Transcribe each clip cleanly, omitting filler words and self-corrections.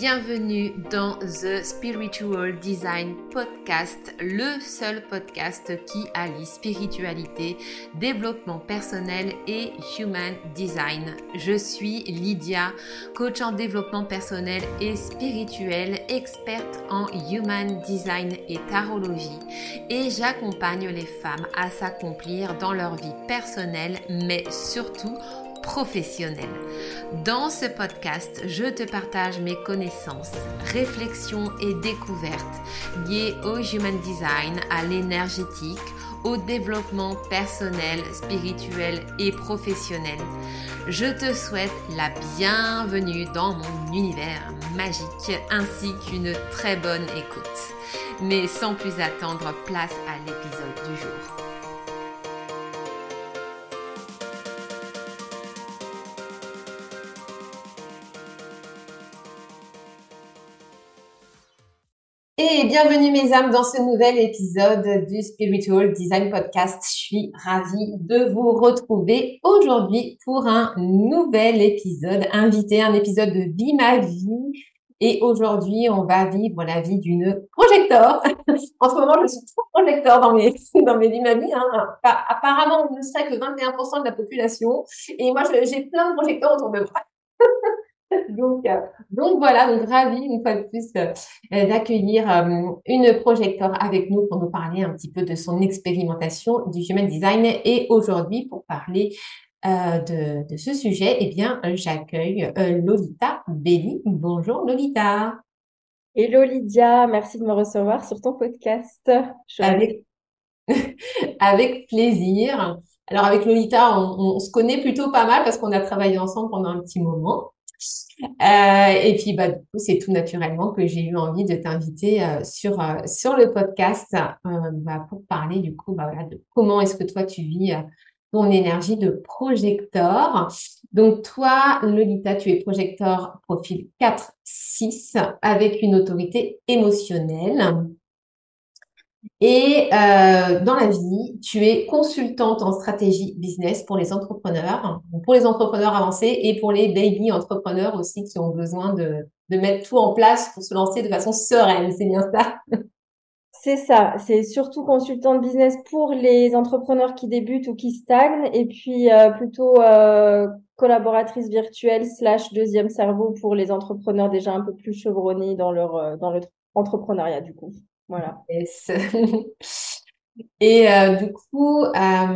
Bienvenue dans The Spiritual Design Podcast, le seul podcast qui allie spiritualité, développement personnel et human design. Je suis Lydia, coach en développement personnel et spirituel, experte en human design et tarologie, et j'accompagne les femmes à s'accomplir dans leur vie personnelle, mais surtout professionnelle. Dans ce podcast, je te partage mes connaissances, réflexions et découvertes liées au human design, à l'énergétique, au développement personnel, spirituel et professionnel. Je te souhaite la bienvenue dans mon univers magique ainsi qu'une très bonne écoute. Mais sans plus attendre, place à l'épisode du jour. Et bienvenue mes âmes dans ce nouvel épisode du Spiritual Design Podcast. Je suis ravie de vous retrouver aujourd'hui pour un nouvel épisode invité, un épisode de Vie ma vie. Et aujourd'hui, on va vivre la vie d'une projecteur. En ce moment, je suis trop projecteur dans mes Vie ma vie. Apparemment, on ne serait que 21% de la population. Et moi, j'ai plein de projecteurs autour de moi. Donc voilà, donc ravie une fois de plus d'accueillir une projecteur avec nous pour nous parler un petit peu de son expérimentation du Human Design. Et aujourd'hui, pour parler de ce sujet, eh bien, j'accueille Lolita Belli. Bonjour Lolita. Hello Lydia, merci de me recevoir sur ton podcast. Avec plaisir. Alors avec Lolita, on se connaît plutôt pas mal parce qu'on a travaillé ensemble pendant un petit moment. Et puis, du coup, c'est tout naturellement que j'ai eu envie de t'inviter sur le podcast pour parler du coup de comment est-ce que toi tu vis ton énergie de projecteur. Donc toi, Lolita, tu es projecteur profil 4-6 avec une autorité émotionnelle. Et dans la vie, tu es consultante en stratégie business pour les entrepreneurs avancés et pour les baby entrepreneurs aussi qui ont besoin de mettre tout en place pour se lancer de façon sereine. C'est bien ça? C'est ça, c'est surtout consultant de business pour les entrepreneurs qui débutent ou qui stagnent et puis plutôt collaboratrice virtuelle / deuxième cerveau pour les entrepreneurs déjà un peu plus chevronnés dans le entrepreneuriat du coup. Voilà. Yes. Et du coup,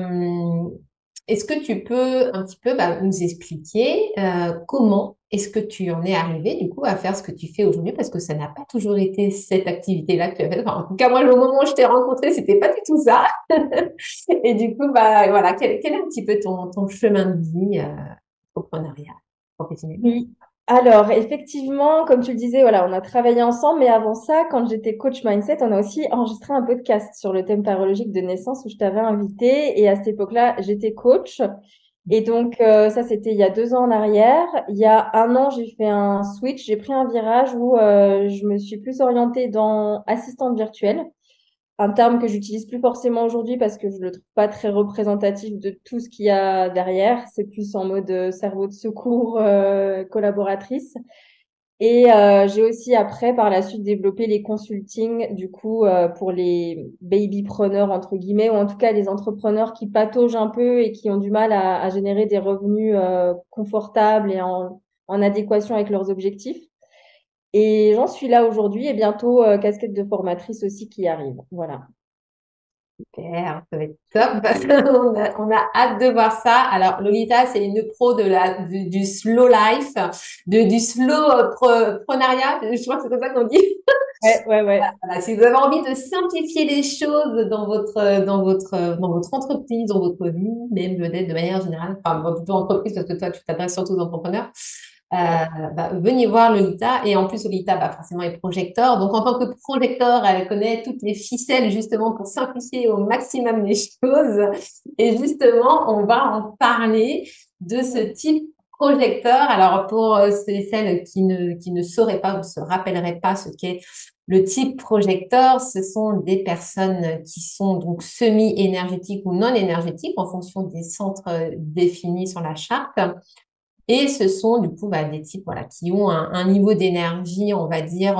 est-ce que tu peux un petit peu nous expliquer comment est-ce que tu en es arrivé du coup à faire ce que tu fais aujourd'hui parce que ça n'a pas toujours été cette activité-là que tu as faite. Enfin, en tout cas, moi, le moment où je t'ai rencontré, c'était pas du tout ça. Et du coup, voilà, quel est un petit peu ton chemin de vie entrepreneurial, professionnel? Oui. Alors, effectivement, comme tu le disais, voilà, on a travaillé ensemble, mais avant ça, quand j'étais coach mindset, on a aussi enregistré un podcast sur le thème tarologique de naissance où je t'avais invité. Et à cette époque-là, j'étais coach. Et donc, ça, c'était il y a 2 ans en arrière. Il y a 1 an, j'ai fait un switch, j'ai pris un virage où je me suis plus orientée dans assistante virtuelle, un terme que j'utilise plus forcément aujourd'hui parce que je le trouve pas très représentatif de tout ce qu'il y a derrière. C'est plus en mode cerveau de secours, collaboratrice. Et j'ai aussi après, par la suite, développé les consultings, du coup, pour les babypreneurs, entre guillemets, ou en tout cas les entrepreneurs qui pataugent un peu et qui ont du mal à générer des revenus confortables et en adéquation avec leurs objectifs. Et j'en suis là aujourd'hui et bientôt casquette de formatrice aussi qui arrive. Voilà. Super, ça va être top. On a hâte de voir ça. Alors, Lolita, c'est une pro du slow life, du slow prenariat. Je crois que c'est comme ça qu'on dit. Ouais, ouais, ouais. Voilà, si vous avez envie de simplifier les choses dans votre entreprise, dans votre vie, même peut-être de manière générale, enfin, dans toute entreprise, parce que toi, tu t'adresses surtout aux entrepreneurs, venez voir Lolita. Et en plus, Lolita, forcément, est projecteur. Donc, en tant que projecteur, elle connaît toutes les ficelles, justement, pour simplifier au maximum les choses. Et justement, on va en parler de ce type projecteur. Alors, pour ceux et celles qui ne sauraient pas ou ne se rappelleraient pas ce qu'est le type projecteur, ce sont des personnes qui sont donc semi-énergétiques ou non énergétiques en fonction des centres définis sur la charte. Et ce sont du coup des types voilà, qui ont un niveau d'énergie, on va dire,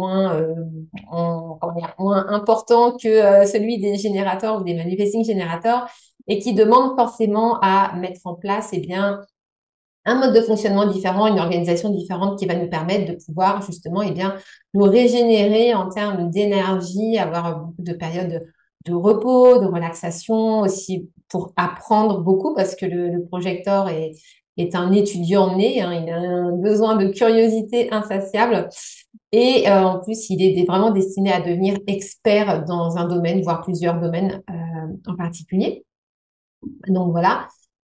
comment dire, moins important que celui des générateurs ou des manifesting générateurs et qui demandent forcément à mettre en place bien, un mode de fonctionnement différent, une organisation différente qui va nous permettre de pouvoir justement bien, nous régénérer en termes d'énergie, avoir beaucoup de périodes de repos, de relaxation, aussi pour apprendre beaucoup parce que le projecteur est un étudiant né, hein, il a un besoin de curiosité insatiable et en plus, il est vraiment destiné à devenir expert dans un domaine, voire plusieurs domaines en particulier. Donc voilà.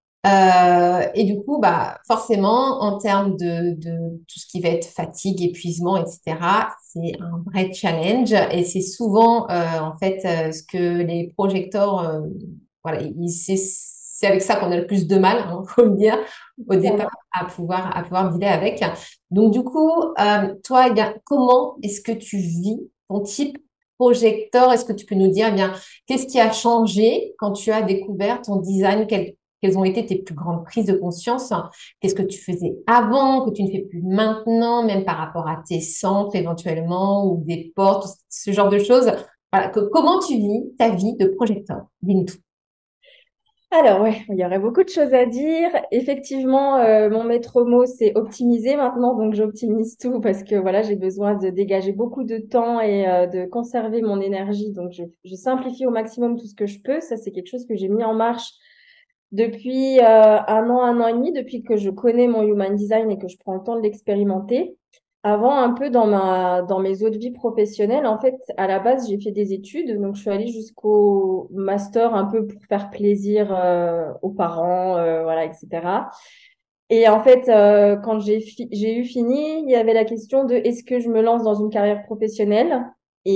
Et du coup, forcément, en termes de tout ce qui va être fatigue, épuisement, etc., c'est un vrai challenge et c'est souvent en fait ce que les projecteurs, voilà, c'est avec ça qu'on a le plus de mal, hein, faut le dire, au départ, à pouvoir dealer avec. Donc du coup, toi, comment est-ce que tu vis ton type projecteur? Est-ce que tu peux nous dire, qu'est-ce qui a changé quand tu as découvert ton design? Quelles ont été tes plus grandes prises de conscience? Qu'est-ce que tu faisais avant, que tu ne fais plus maintenant, même par rapport à tes centres éventuellement, ou des portes, ce genre de choses? Voilà, comment tu vis ta vie de projecteur? Dis-nous tout. Alors ouais, il y aurait beaucoup de choses à dire. Effectivement, mon maître mot, c'est optimiser maintenant, donc j'optimise tout parce que voilà, j'ai besoin de dégager beaucoup de temps et de conserver mon énergie. Donc je simplifie au maximum tout ce que je peux. Ça, c'est quelque chose que j'ai mis en marche depuis un an et demi, depuis que je connais mon human design et que je prends le temps de l'expérimenter. Avant, un peu dans mes autres vies professionnelles, en fait, à la base, j'ai fait des études, donc je suis allée jusqu'au master un peu pour faire plaisir aux parents, voilà, etc. Et en fait, quand j'ai eu fini, il y avait la question de est-ce que je me lance dans une carrière professionnelle?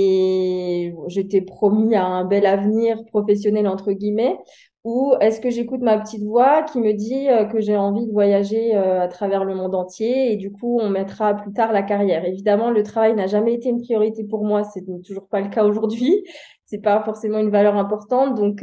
Et j'étais promis à un bel avenir professionnel entre guillemets. Ou est-ce que j'écoute ma petite voix qui me dit que j'ai envie de voyager à travers le monde entier et du coup on mettra plus tard la carrière. Évidemment, le travail n'a jamais été une priorité pour moi, c'est toujours pas le cas aujourd'hui. C'est pas forcément une valeur importante, donc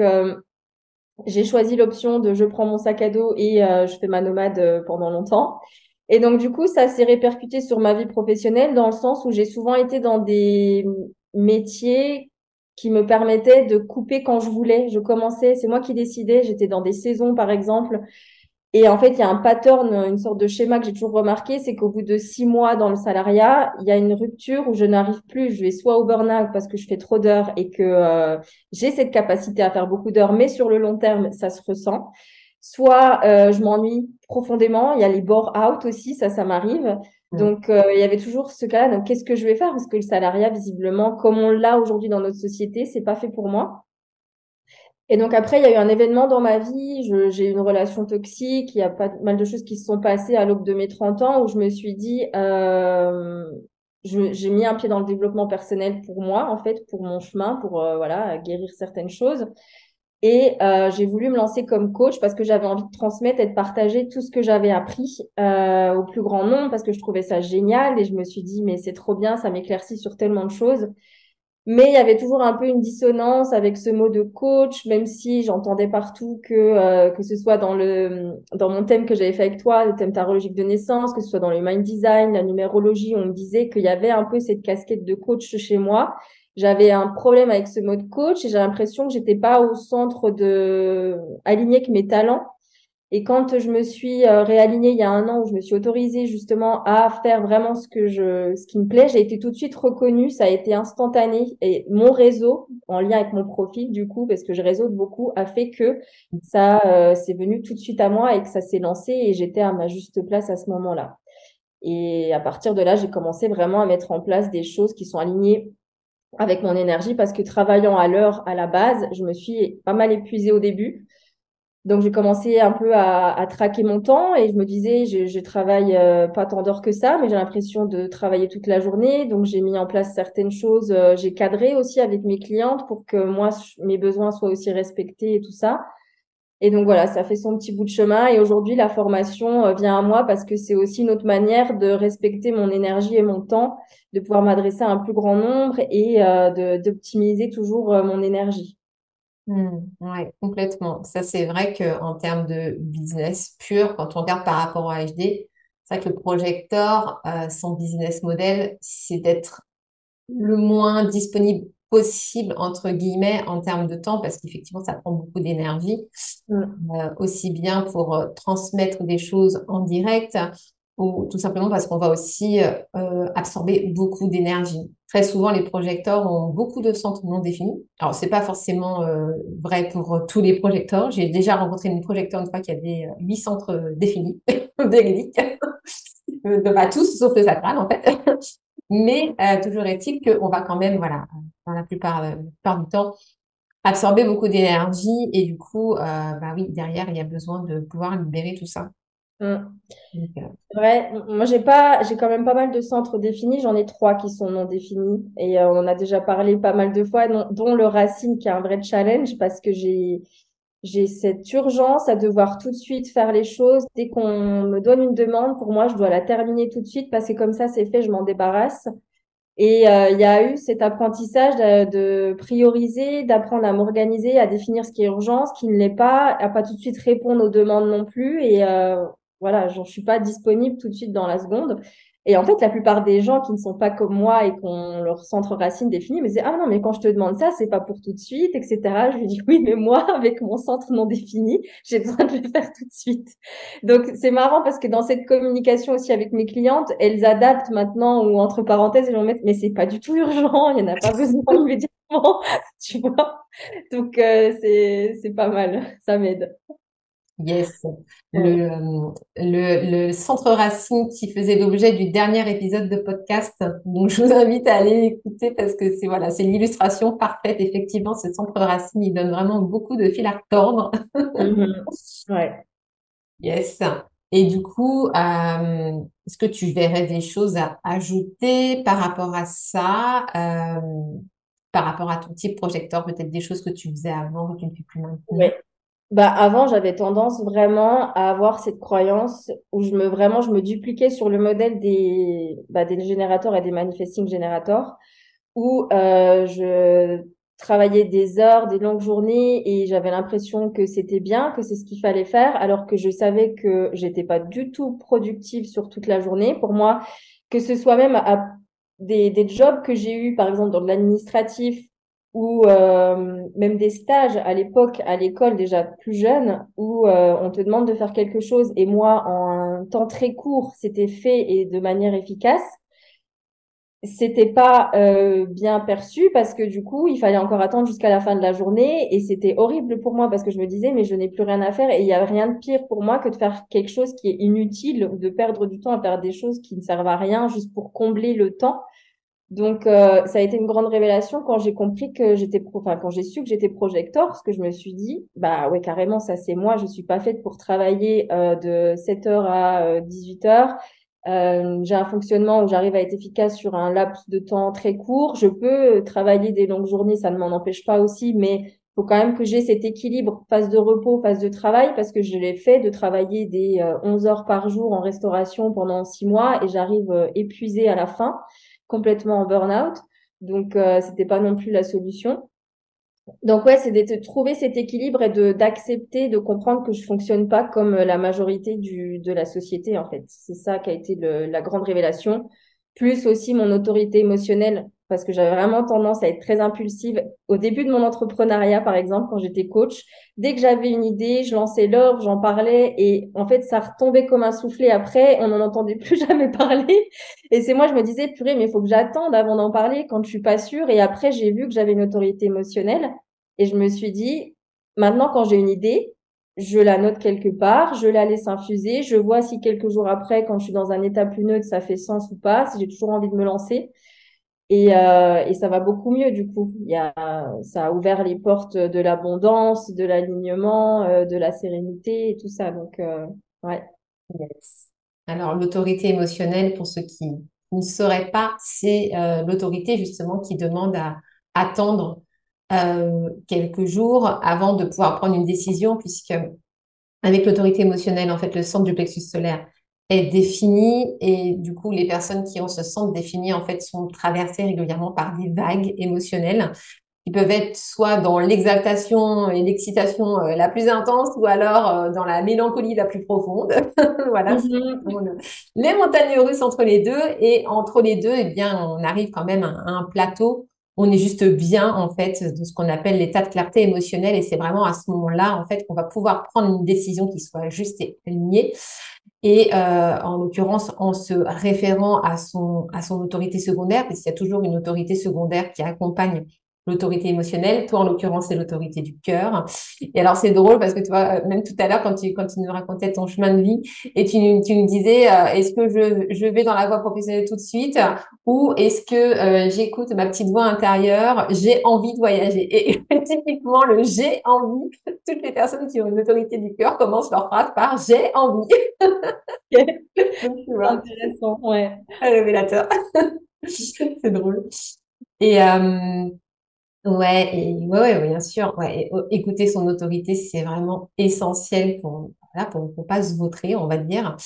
j'ai choisi l'option de je prends mon sac à dos et je fais ma nomade pendant longtemps. Et donc du coup, ça s'est répercuté sur ma vie professionnelle dans le sens où j'ai souvent été dans des métiers qui me permettaient de couper quand je voulais. Je commençais, c'est moi qui décidais, j'étais dans des saisons par exemple et en fait, il y a un pattern, une sorte de schéma que j'ai toujours remarqué, c'est qu'au bout de 6 mois dans le salariat, il y a une rupture où je n'arrive plus. Je vais soit au burn-out parce que je fais trop d'heures et que j'ai cette capacité à faire beaucoup d'heures, mais sur le long terme, ça se ressent. Soit je m'ennuie profondément. Il y a les bore-out aussi, ça m'arrive. Mm. Donc, il y avait toujours ce cas-là. Donc, qu'est-ce que je vais faire? Parce que le salariat, visiblement, comme on l'a aujourd'hui dans notre société, c'est pas fait pour moi. Et donc après, il y a eu un événement dans ma vie, j'ai eu une relation toxique, il y a pas mal de choses qui se sont passées à l'aube de mes 30 ans où je me suis dit, j'ai mis un pied dans le développement personnel pour moi, en fait, pour mon chemin, pour voilà, guérir certaines choses. Et j'ai voulu me lancer comme coach parce que j'avais envie de transmettre et de partager tout ce que j'avais appris au plus grand nombre parce que je trouvais ça génial et je me suis dit, mais c'est trop bien, ça m'éclaircit sur tellement de choses. Mais il y avait toujours un peu une dissonance avec ce mot de coach, même si j'entendais partout que ce soit dans mon thème que j'avais fait avec toi, le thème tarologique de naissance, que ce soit dans le mind design, la numérologie, on me disait qu'il y avait un peu cette casquette de coach chez moi. J'avais un problème avec ce mot de coach et j'ai l'impression que j'étais pas au centre de aligné avec mes talents. Et quand je me suis réalignée il y a un an où je me suis autorisée justement à faire vraiment ce qui me plaît, j'ai été tout de suite reconnue, ça a été instantané et mon réseau, en lien avec mon profil du coup, parce que je réseaute beaucoup, a fait que ça c'est venu tout de suite à moi et que ça s'est lancé et j'étais à ma juste place à ce moment-là. Et à partir de là, j'ai commencé vraiment à mettre en place des choses qui sont alignées avec mon énergie parce que travaillant à l'heure à la base, je me suis pas mal épuisée au début. Donc, j'ai commencé un peu à traquer mon temps et je me disais, je travaille pas tant d'heures que ça, mais j'ai l'impression de travailler toute la journée. Donc, j'ai mis en place certaines choses. J'ai cadré aussi avec mes clientes pour que moi, mes besoins soient aussi respectés et tout ça. Et donc, voilà, ça fait son petit bout de chemin. Et aujourd'hui, la formation vient à moi parce que c'est aussi une autre manière de respecter mon énergie et mon temps, de pouvoir m'adresser à un plus grand nombre et d'optimiser toujours mon énergie. Ouais, complètement. Ça, c'est vrai qu'en termes de business pur, quand on regarde par rapport au HD, c'est vrai que le projecteur, son business model, c'est d'être le moins disponible possible, entre guillemets, en termes de temps, parce qu'effectivement, ça prend beaucoup d'énergie, Mm. aussi bien pour transmettre des choses en direct, ou tout simplement parce qu'on va aussi absorber beaucoup d'énergie. Très souvent, les projecteurs ont beaucoup de centres non définis. Alors, c'est pas forcément vrai pour tous les projecteurs. J'ai déjà rencontré une projecteur une fois qui avait 8 centres définis, véridiques, pas tous, sauf le sacral, en fait. Mais toujours est-il qu'on va quand même, voilà, dans la plupart du temps, absorber beaucoup d'énergie et du coup, bah oui, derrière, il y a besoin de pouvoir libérer tout ça. Mm. Donc, C'est vrai, moi j'ai quand même pas mal de centres définis, j'en ai trois qui sont non définis et on en a déjà parlé pas mal de fois, dont le Racine qui est un vrai challenge parce que j'ai cette urgence à devoir tout de suite faire les choses. Dès qu'on me donne une demande, pour moi, je dois la terminer tout de suite parce que comme ça, c'est fait, je m'en débarrasse. Et il y a eu cet apprentissage de prioriser, d'apprendre à m'organiser, à définir ce qui est urgent, ce qui ne l'est pas, à pas tout de suite répondre aux demandes non plus. Et voilà, je suis pas disponible tout de suite dans la seconde. Et en fait, la plupart des gens qui ne sont pas comme moi et qui ont leur centre racine défini me disaient, ah non, mais quand je te demande ça, c'est pas pour tout de suite, etc. Je lui dis, oui, mais moi, avec mon centre non défini, j'ai besoin de le faire tout de suite. Donc, c'est marrant parce que dans cette communication aussi avec mes clientes, elles adaptent maintenant ou entre parenthèses, elles vont mettre, mais c'est pas du tout urgent, il n'y en a pas besoin immédiatement, tu vois. Donc, c'est pas mal, ça m'aide. yes. Ouais. Le centre racine qui faisait l'objet du dernier épisode de podcast. Donc, je vous invite à aller l'écouter parce que c'est voilà, c'est l'illustration parfaite. Effectivement, ce centre racine, il donne vraiment beaucoup de fil à retordre. Mhm. Ouais. Yes. Et du coup, est-ce que tu verrais des choses à ajouter par rapport à ça, par rapport à ton type projecteur, peut-être des choses que tu faisais avant que tu ne fais plus maintenant? Ouais. Bah, avant, j'avais tendance vraiment à avoir cette croyance où je me dupliquais sur le modèle des générateurs et des manifesting générateurs où je travaillais des heures, des longues journées et j'avais l'impression que c'était bien, que c'est ce qu'il fallait faire, alors que je savais que j'étais pas du tout productive sur toute la journée. Pour moi, que ce soit même à des jobs que j'ai eus, par exemple dans de l'administratif ou même des stages à l'époque à l'école déjà plus jeune où on te demande de faire quelque chose et moi en un temps très court c'était fait et de manière efficace, c'était pas bien perçu parce que du coup, il fallait encore attendre jusqu'à la fin de la journée et c'était horrible pour moi parce que je me disais, mais je n'ai plus rien à faire et il y a rien de pire pour moi que de faire quelque chose qui est inutile ou de perdre du temps à faire des choses qui ne servent à rien juste pour combler le temps. Donc, ça a été une grande révélation quand j'ai compris que enfin, quand j'ai su que j'étais projecteur, parce que je me suis dit, bah ouais, carrément, ça c'est moi, je suis pas faite pour travailler de 7 heures à 18 heures. J'ai un fonctionnement où j'arrive à être efficace sur un laps de temps très court. Je peux travailler des longues journées, ça ne m'en empêche pas aussi, mais faut quand même que j'ai cet équilibre, phase de repos, phase de travail, parce que je l'ai fait de travailler des 11 heures par jour en restauration pendant 6 mois et j'arrive épuisée à la fin, complètement en burn-out. Donc, c'était pas non plus la solution. Donc ouais, c'est de trouver cet équilibre et de d'accepter, de comprendre que je fonctionne pas comme la majorité de la société en fait. C'est ça qui a été la grande révélation. Plus aussi mon autorité émotionnelle, parce que j'avais vraiment tendance à être très impulsive. Au début de mon entrepreneuriat, par exemple, quand j'étais coach, dès que j'avais une idée, je lançais l'offre, j'en parlais et en fait, ça retombait comme un soufflet après, on n'en entendait plus jamais parler. Et c'est moi, je me disais, purée, mais il faut que j'attende avant d'en parler quand je suis pas sûre. Et après, j'ai vu que j'avais une autorité émotionnelle. Et je me suis dit, maintenant, quand j'ai une idée, je la note quelque part, je la laisse infuser, je vois si quelques jours après, quand je suis dans un état plus neutre, ça fait sens ou pas, si j'ai toujours envie de me lancer. Et ça va beaucoup mieux, du coup. Ça a ouvert les portes de l'abondance, de l'alignement, de la sérénité et tout ça. Donc, ouais. Yes. Alors, l'autorité émotionnelle, pour ceux qui ne sauraient pas, c'est l'autorité justement qui demande à attendre quelques jours avant de pouvoir prendre une décision, puisque avec l'autorité émotionnelle, en fait, le centre du plexus solaire est défini et du coup, les personnes qui ont ce centre défini, en fait, sont traversées régulièrement par des vagues émotionnelles qui peuvent être soit dans l'exaltation et l'excitation la plus intense, ou alors dans la mélancolie la plus profonde. Voilà, c'est Mhm. les montagnes russes entre les deux. Et entre les deux, eh bien, on arrive quand même à un plateau. On est juste bien, en fait, de ce qu'on appelle l'état de clarté émotionnelle. Et c'est vraiment à ce moment-là, en fait, qu'on va pouvoir prendre une décision qui soit juste et alignée. Et en l'occurrence, en se référant à son autorité secondaire, parce qu'il y a toujours une autorité secondaire qui accompagne l'autorité émotionnelle. Toi, en l'occurrence, c'est l'autorité du cœur. Et alors, c'est drôle parce que tu vois, même tout à l'heure, quand tu nous racontais ton chemin de vie, et tu nous disais, est-ce que je vais dans la voie professionnelle tout de suite, ou est-ce que j'écoute ma petite voix intérieure, j'ai envie de voyager. Et typiquement, le j'ai envie, toutes les personnes qui ont une autorité du cœur commencent leur phrase par j'ai envie. Donc, tu vois, Intéressant, ouais. un révélateur. C'est drôle. Et ouais, bien sûr. Ouais, écouter son autorité, c'est vraiment essentiel voilà, pour pas se vautrer, on va dire.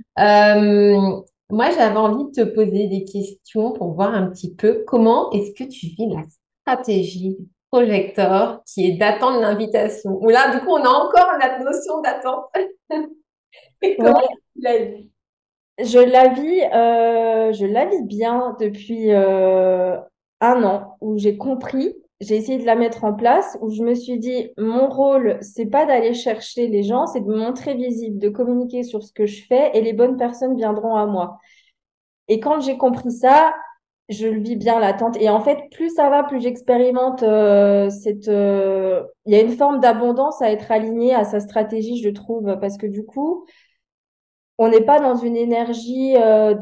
Moi, j'avais envie de te poser des questions pour voir un petit peu comment est-ce que tu vis la stratégie projecteur qui est d'attendre l'invitation. Ou là, du coup, on a encore la notion d'attente. Et comment Ouais. tu la vis? Je la vis bien depuis un an où j'ai compris, j'ai essayé de la mettre en place, où je me suis dit, mon rôle, c'est pas d'aller chercher les gens, c'est de me montrer visible, de communiquer sur ce que je fais et les bonnes personnes viendront à moi. Et quand j'ai compris ça, je le vis bien l'attente. Et en fait, plus ça va, plus j'expérimente il y a une forme d'abondance à être aligné à sa stratégie, je trouve, parce que du coup, on n'est pas dans une énergie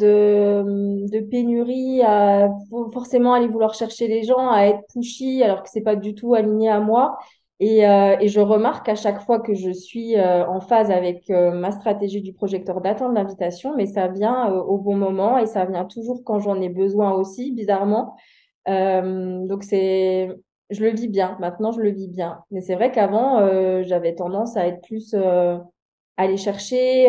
de pénurie à forcément aller vouloir chercher les gens, à être pushy, alors que c'est pas du tout aligné à moi. Et je remarque à chaque fois que je suis en phase avec ma stratégie du projecteur d'attendre l'invitation, mais ça vient au bon moment et ça vient toujours quand j'en ai besoin aussi, bizarrement. Donc je le vis bien. Maintenant, je le vis bien. Mais c'est vrai qu'avant, j'avais tendance à être plus aller chercher,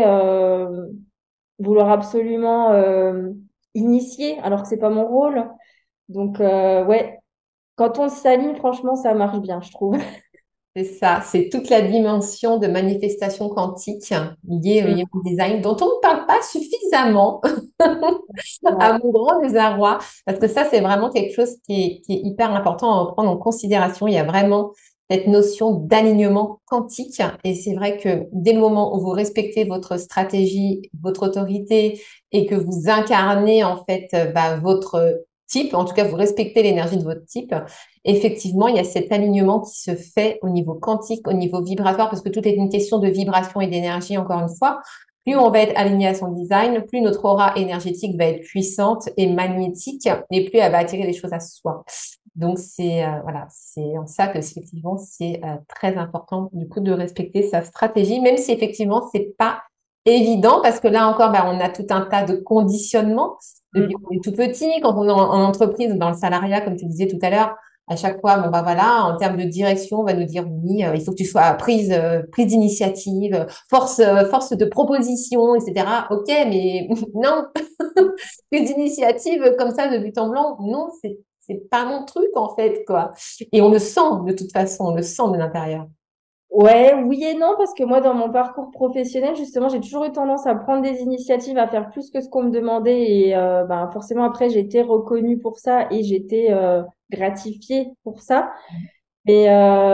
vouloir absolument initier, alors que c'est pas mon rôle. Donc ouais, quand on s'aligne, franchement, ça marche bien, je trouve. C'est ça, c'est toute la dimension de manifestation quantique liée au Mm. human design dont on ne parle pas suffisamment Ouais. à mon grand désarroi, parce que ça, c'est vraiment quelque chose qui est hyper important à prendre en considération. Il y a vraiment cette notion d'alignement quantique, et c'est vrai que dès le moment où vous respectez votre stratégie, votre autorité, et que vous incarnez en fait votre type, en tout cas vous respectez l'énergie de votre type, effectivement, il y a cet alignement qui se fait au niveau quantique, au niveau vibratoire, parce que tout est une question de vibration et d'énergie, encore une fois. Plus on va être aligné à son design, plus notre aura énergétique va être puissante et magnétique, et plus elle va attirer les choses à soi. Donc voilà, c'est en ça que effectivement c'est très important du coup de respecter sa stratégie, même si effectivement c'est pas évident parce que là encore, on a tout un tas de conditionnements depuis Mm. qu'on est tout petit, quand on est en entreprise ou dans le salariat, comme tu disais tout à l'heure. À chaque fois, bon voilà, en termes de direction, on va nous dire oui, il faut que tu sois prise d'initiative, force de proposition, etc. Ok, mais non, prise d'initiative comme ça de but en blanc, non, c'est pas mon truc en fait quoi. Et on le sent de toute façon, on le sent de l'intérieur. Ouais, oui et non, parce que moi, dans mon parcours professionnel, justement, j'ai toujours eu tendance à prendre des initiatives, à faire plus que ce qu'on me demandait. Et ben, forcément, après, j'ai été reconnue pour ça et j'ai été gratifiée pour ça. Mais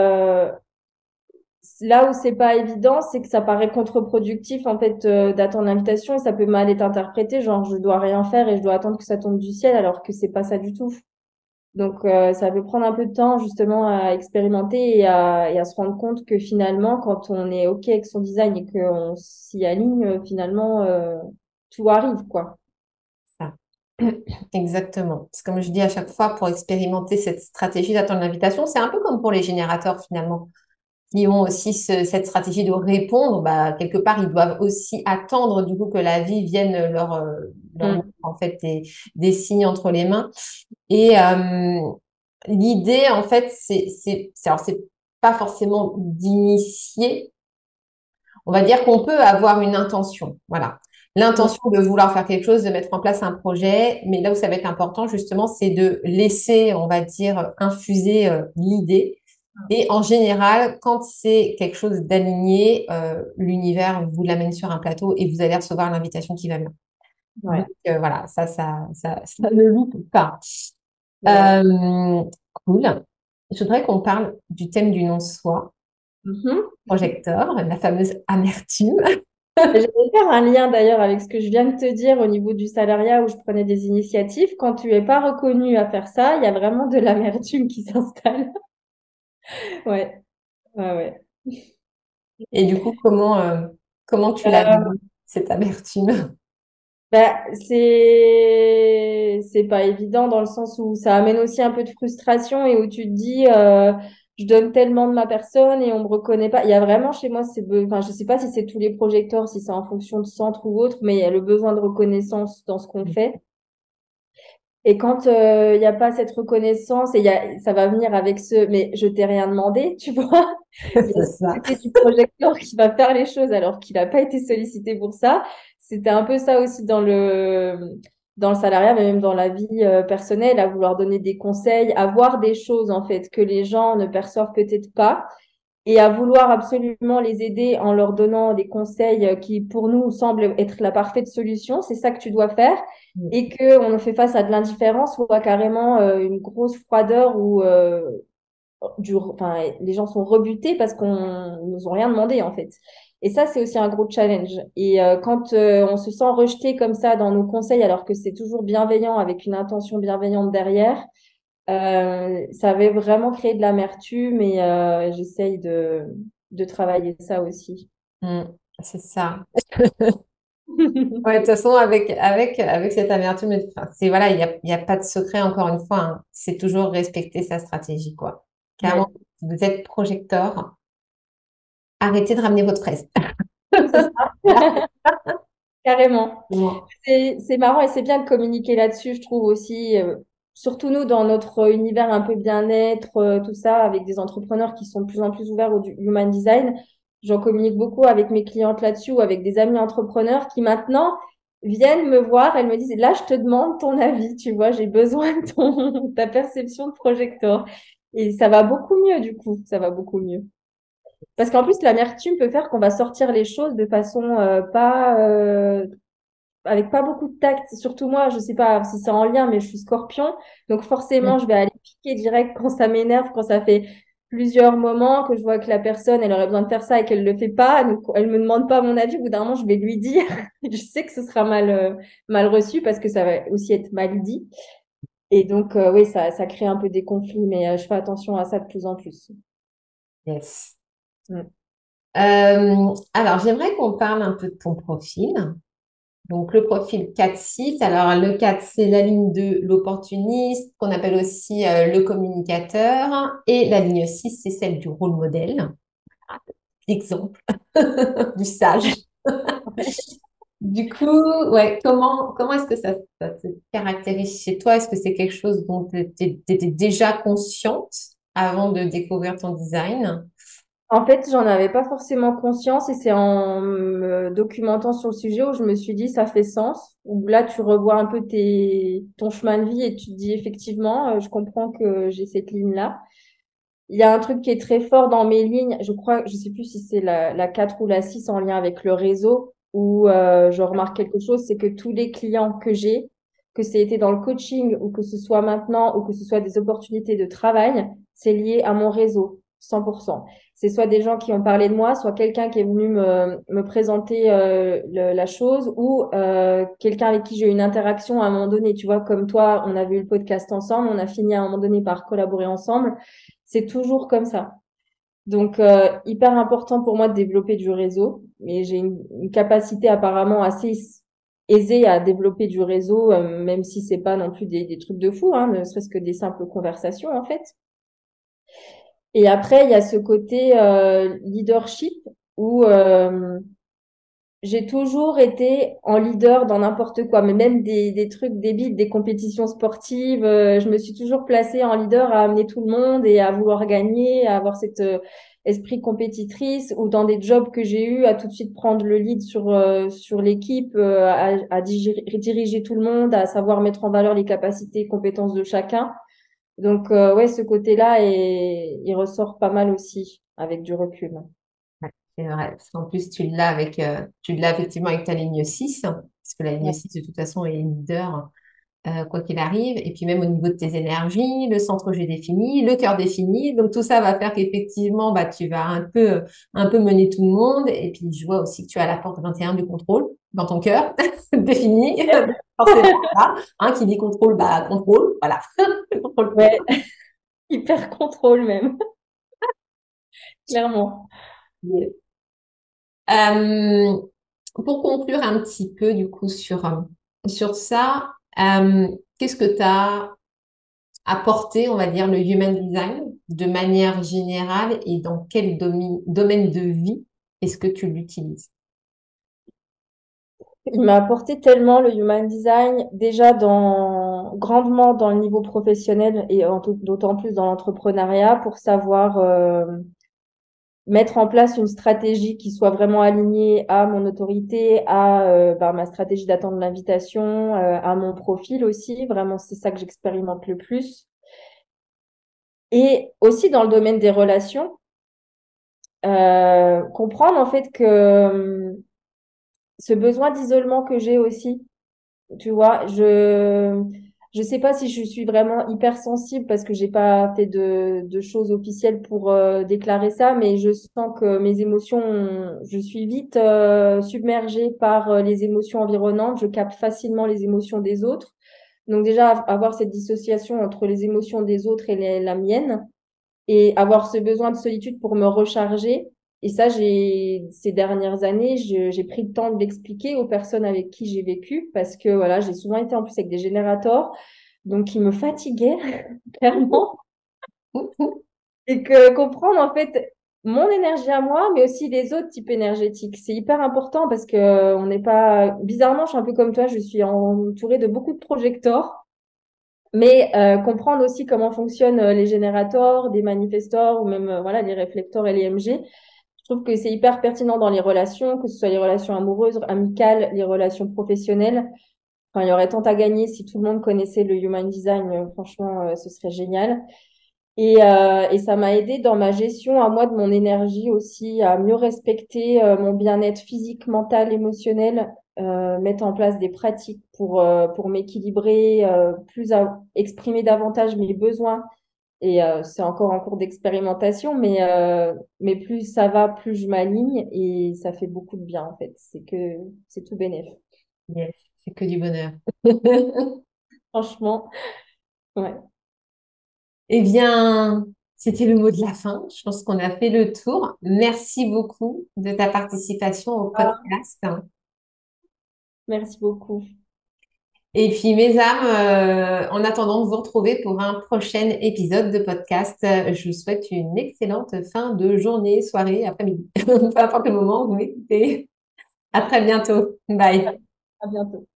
là où c'est pas évident, c'est que ça paraît contre-productif en fait d'attendre l'invitation et ça peut mal être interprété, genre je dois rien faire et je dois attendre que ça tombe du ciel alors que c'est pas ça du tout. Donc ça peut prendre un peu de temps justement à expérimenter et à se rendre compte que finalement quand on est OK avec son design et qu'on s'y aligne, finalement tout arrive quoi. Ça. Exactement. C'est comme je dis à chaque fois, pour expérimenter cette stratégie d'attendre l'invitation, c'est un peu comme pour les générateurs finalement, qui ont aussi cette stratégie de répondre. Bah, quelque part, ils doivent aussi attendre du coup que la vie vienne leur mettre Mm. en fait des signes entre les mains. Et l'idée, en fait, alors c'est pas forcément d'initier. On va dire qu'on peut avoir une intention. Voilà. l'intention de vouloir faire quelque chose, de mettre en place un projet. Mais là où ça va être important, justement, c'est de laisser, on va dire, infuser l'idée. Et en général, quand c'est quelque chose d'aligné, l'univers vous l'amène sur un plateau et vous allez recevoir l'invitation qui va bien. Donc Ouais. voilà, ça ne loupe pas. Ouais. Euh, cool. Je voudrais qu'on parle du thème du non-soi, Mhm. projecteur, la fameuse amertume. J'allais faire un lien d'ailleurs avec ce que je viens de te dire au niveau du salariat où je prenais des initiatives. Quand tu es pas reconnu à faire ça, il y a vraiment de l'amertume qui s'installe. Ouais, ouais, ouais. Et du coup, comment tu l'as Euh, vécu, cette amertume? Bah, c'est pas évident dans le sens où ça amène aussi un peu de frustration et où tu te dis je donne tellement de ma personne et on me reconnaît pas. Il y a vraiment chez moi enfin je sais pas si c'est tous les projecteurs, si c'est en fonction de centre ou autre, mais il y a le besoin de reconnaissance dans ce qu'on fait. Et quand il n'y a pas cette reconnaissance, et ça va venir avec mais je t'ai rien demandé, tu vois. Il y a C'est ce ça. côté du projecteur qui va faire les choses alors qu'il n'a pas été sollicité pour ça. C'était un peu ça aussi dans le salariat, mais même dans la vie personnelle, à vouloir donner des conseils, à voir des choses en fait que les gens ne perçoivent peut-être pas et à vouloir absolument les aider en leur donnant des conseils qui, pour nous, semblent être la parfaite solution. C'est ça que tu dois faire. Et que on fait face à de l'indifférence ou à carrément une grosse froideur ou enfin, les gens sont rebutés parce qu'on nous ont rien demandé en fait. Et ça, c'est aussi un gros challenge. Et quand on se sent rejeté comme ça dans nos conseils, alors que c'est toujours bienveillant avec une intention bienveillante derrière, ça avait vraiment créé de l'amertume et j'essaye de travailler ça aussi. Mm, c'est ça. Ouais, de toute façon, avec cette amertume, enfin, voilà, il y a pas de secret, encore une fois, hein. C'est toujours respecter sa stratégie, quoi. Clairement, Ouais, si vous êtes projecteur, arrêtez de ramener votre fraise. c'est ça, carrément. Bon. C'est marrant et c'est bien de communiquer là-dessus, je trouve aussi. Surtout nous, dans notre univers un peu bien-être, tout ça, avec des entrepreneurs qui sont de plus en plus ouverts au human design. J'en communique beaucoup avec mes clientes là-dessus ou avec des amis entrepreneurs qui maintenant viennent me voir. Elles me disent, là, je te demande ton avis, tu vois, j'ai besoin de ta perception de projecteur. Et ça va beaucoup mieux, du coup, ça va beaucoup mieux. Parce qu'en plus, l'amertume peut faire qu'on va sortir les choses de façon pas avec pas beaucoup de tact. Surtout moi, je sais pas si c'est en lien, mais je suis scorpion. Donc forcément, je vais aller piquer direct quand ça m'énerve, quand ça fait plusieurs moments que je vois que la personne, elle aurait besoin de faire ça et qu'elle le fait pas. Donc elle me demande pas mon avis. Au bout d'un moment, je vais lui dire. Je sais que ce sera mal reçu parce que ça va aussi être mal dit. Et donc, oui, ça crée un peu des conflits, mais je fais attention à ça de plus en plus. Yes. Mm. Alors, j'aimerais qu'on parle un peu de ton profil. Donc, le profil 4-6. Alors, le 4, c'est la ligne de l'opportuniste, qu'on appelle aussi le communicateur. Et la ligne 6, c'est celle du rôle modèle, l'exemple du sage. Du coup, ouais, comment est-ce que ça te caractérise chez toi? Est-ce que c'est quelque chose dont tu étais déjà consciente avant de découvrir ton design? En fait, j'en avais pas forcément conscience et c'est en me documentant sur le sujet où je me suis dit ça fait sens. Où là, tu revois un peu ton chemin de vie et tu te dis effectivement, je comprends que j'ai cette ligne-là. Il y a un truc qui est très fort dans mes lignes. Je crois, je sais plus si c'est la 4 ou la 6 en lien avec le réseau où je remarque quelque chose, c'est que tous les clients que j'ai, que c'est été dans le coaching ou que ce soit maintenant ou que ce soit des opportunités de travail, c'est lié à mon réseau, 100%. C'est soit des gens qui ont parlé de moi, soit quelqu'un qui est venu me présenter la chose ou quelqu'un avec qui j'ai eu une interaction à un moment donné. Tu vois, comme toi, on a vu le podcast ensemble, on a fini à un moment donné par collaborer ensemble. C'est toujours comme ça. Donc, hyper important pour moi de développer du réseau. Et j'ai une capacité apparemment assez aisée à développer du réseau, même si c'est pas non plus des trucs de fou, hein, ne serait-ce que des simples conversations en fait. Et après, il y a ce côté leadership où j'ai toujours été en leader dans n'importe quoi, mais même des trucs débiles, des compétitions sportives. Je me suis toujours placée en leader à amener tout le monde et à vouloir gagner, à avoir cet esprit compétitrice, ou dans des jobs que j'ai eu, à tout de suite prendre le lead sur l'équipe, à diriger tout le monde, à savoir mettre en valeur les capacités et compétences de chacun. Donc, ouais, ce côté-là, il ressort pas mal aussi avec du recul. Ouais, c'est vrai, parce qu'en plus, tu l'as effectivement avec ta ligne 6, hein, parce que la ligne Ouais. 6, de toute façon, est leader, quoi qu'il arrive. Et puis même au niveau de tes énergies, le centre G défini, le cœur défini. Donc tout ça va faire qu'effectivement, bah, tu vas un peu mener tout le monde. Et puis je vois aussi que tu as la porte 21 du contrôle dans ton cœur défini. Forcément, là, hein, qui dit contrôle, bah contrôle, voilà. Contrôle. Ouais, hyper contrôle même, clairement. Euh, pour conclure un petit peu du coup sur ça, qu'est-ce que tu as apporté, on va dire, le human design de manière générale et dans quel domaine de vie est-ce que tu l'utilises? Il m'a apporté tellement le human design, déjà grandement dans le niveau professionnel et d'autant plus dans l'entrepreneuriat pour savoir mettre en place une stratégie qui soit vraiment alignée à mon autorité, à ma stratégie d'attendre l'invitation, à mon profil aussi. Vraiment, c'est ça que j'expérimente le plus. Et aussi dans le domaine des relations, comprendre en fait que ce besoin d'isolement que j'ai aussi. Tu vois, je sais pas si je suis vraiment hypersensible parce que j'ai pas fait de choses officielles pour déclarer ça, mais je sens que mes émotions, je suis vite submergée par les émotions environnantes. Je capte facilement les émotions des autres. Donc déjà avoir cette dissociation entre les émotions des autres et la mienne, et avoir ce besoin de solitude pour me recharger. Et ça, ces dernières années, j'ai pris le temps de l'expliquer aux personnes avec qui j'ai vécu parce que voilà, j'ai souvent été en plus avec des générateurs, donc ils me fatiguaient clairement. Et que comprendre en fait mon énergie à moi, mais aussi les autres types énergétiques, c'est hyper important parce que on n'est pas, bizarrement, je suis un peu comme toi, je suis entourée de beaucoup de projecteurs. Mais comprendre aussi comment fonctionnent les générateurs, des manifestors ou même voilà les réflecteurs et les MG. Je trouve que c'est hyper pertinent dans les relations, que ce soit les relations amoureuses, amicales, les relations professionnelles. Enfin, il y aurait tant à gagner si tout le monde connaissait le Human Design. Franchement, ce serait génial. Et ça m'a aidé dans ma gestion à moi de mon énergie aussi, à mieux respecter mon bien-être physique, mental, émotionnel, mettre en place des pratiques pour m'équilibrer, exprimer davantage mes besoins. Et c'est encore en cours d'expérimentation, mais plus ça va, plus je m'aligne et ça fait beaucoup de bien en fait. C'est tout bénef. Yes, c'est que du bonheur. Franchement, ouais. Eh bien, c'était le mot de la fin. Je pense qu'on a fait le tour. Merci beaucoup de ta participation au Ah, podcast. merci beaucoup. Et puis, mes âmes, en attendant de vous retrouver pour un prochain épisode de podcast, je vous souhaite une excellente fin de journée, soirée, après-midi, peu importe le moment où vous m'écoutez. À très bientôt. Bye. À bientôt.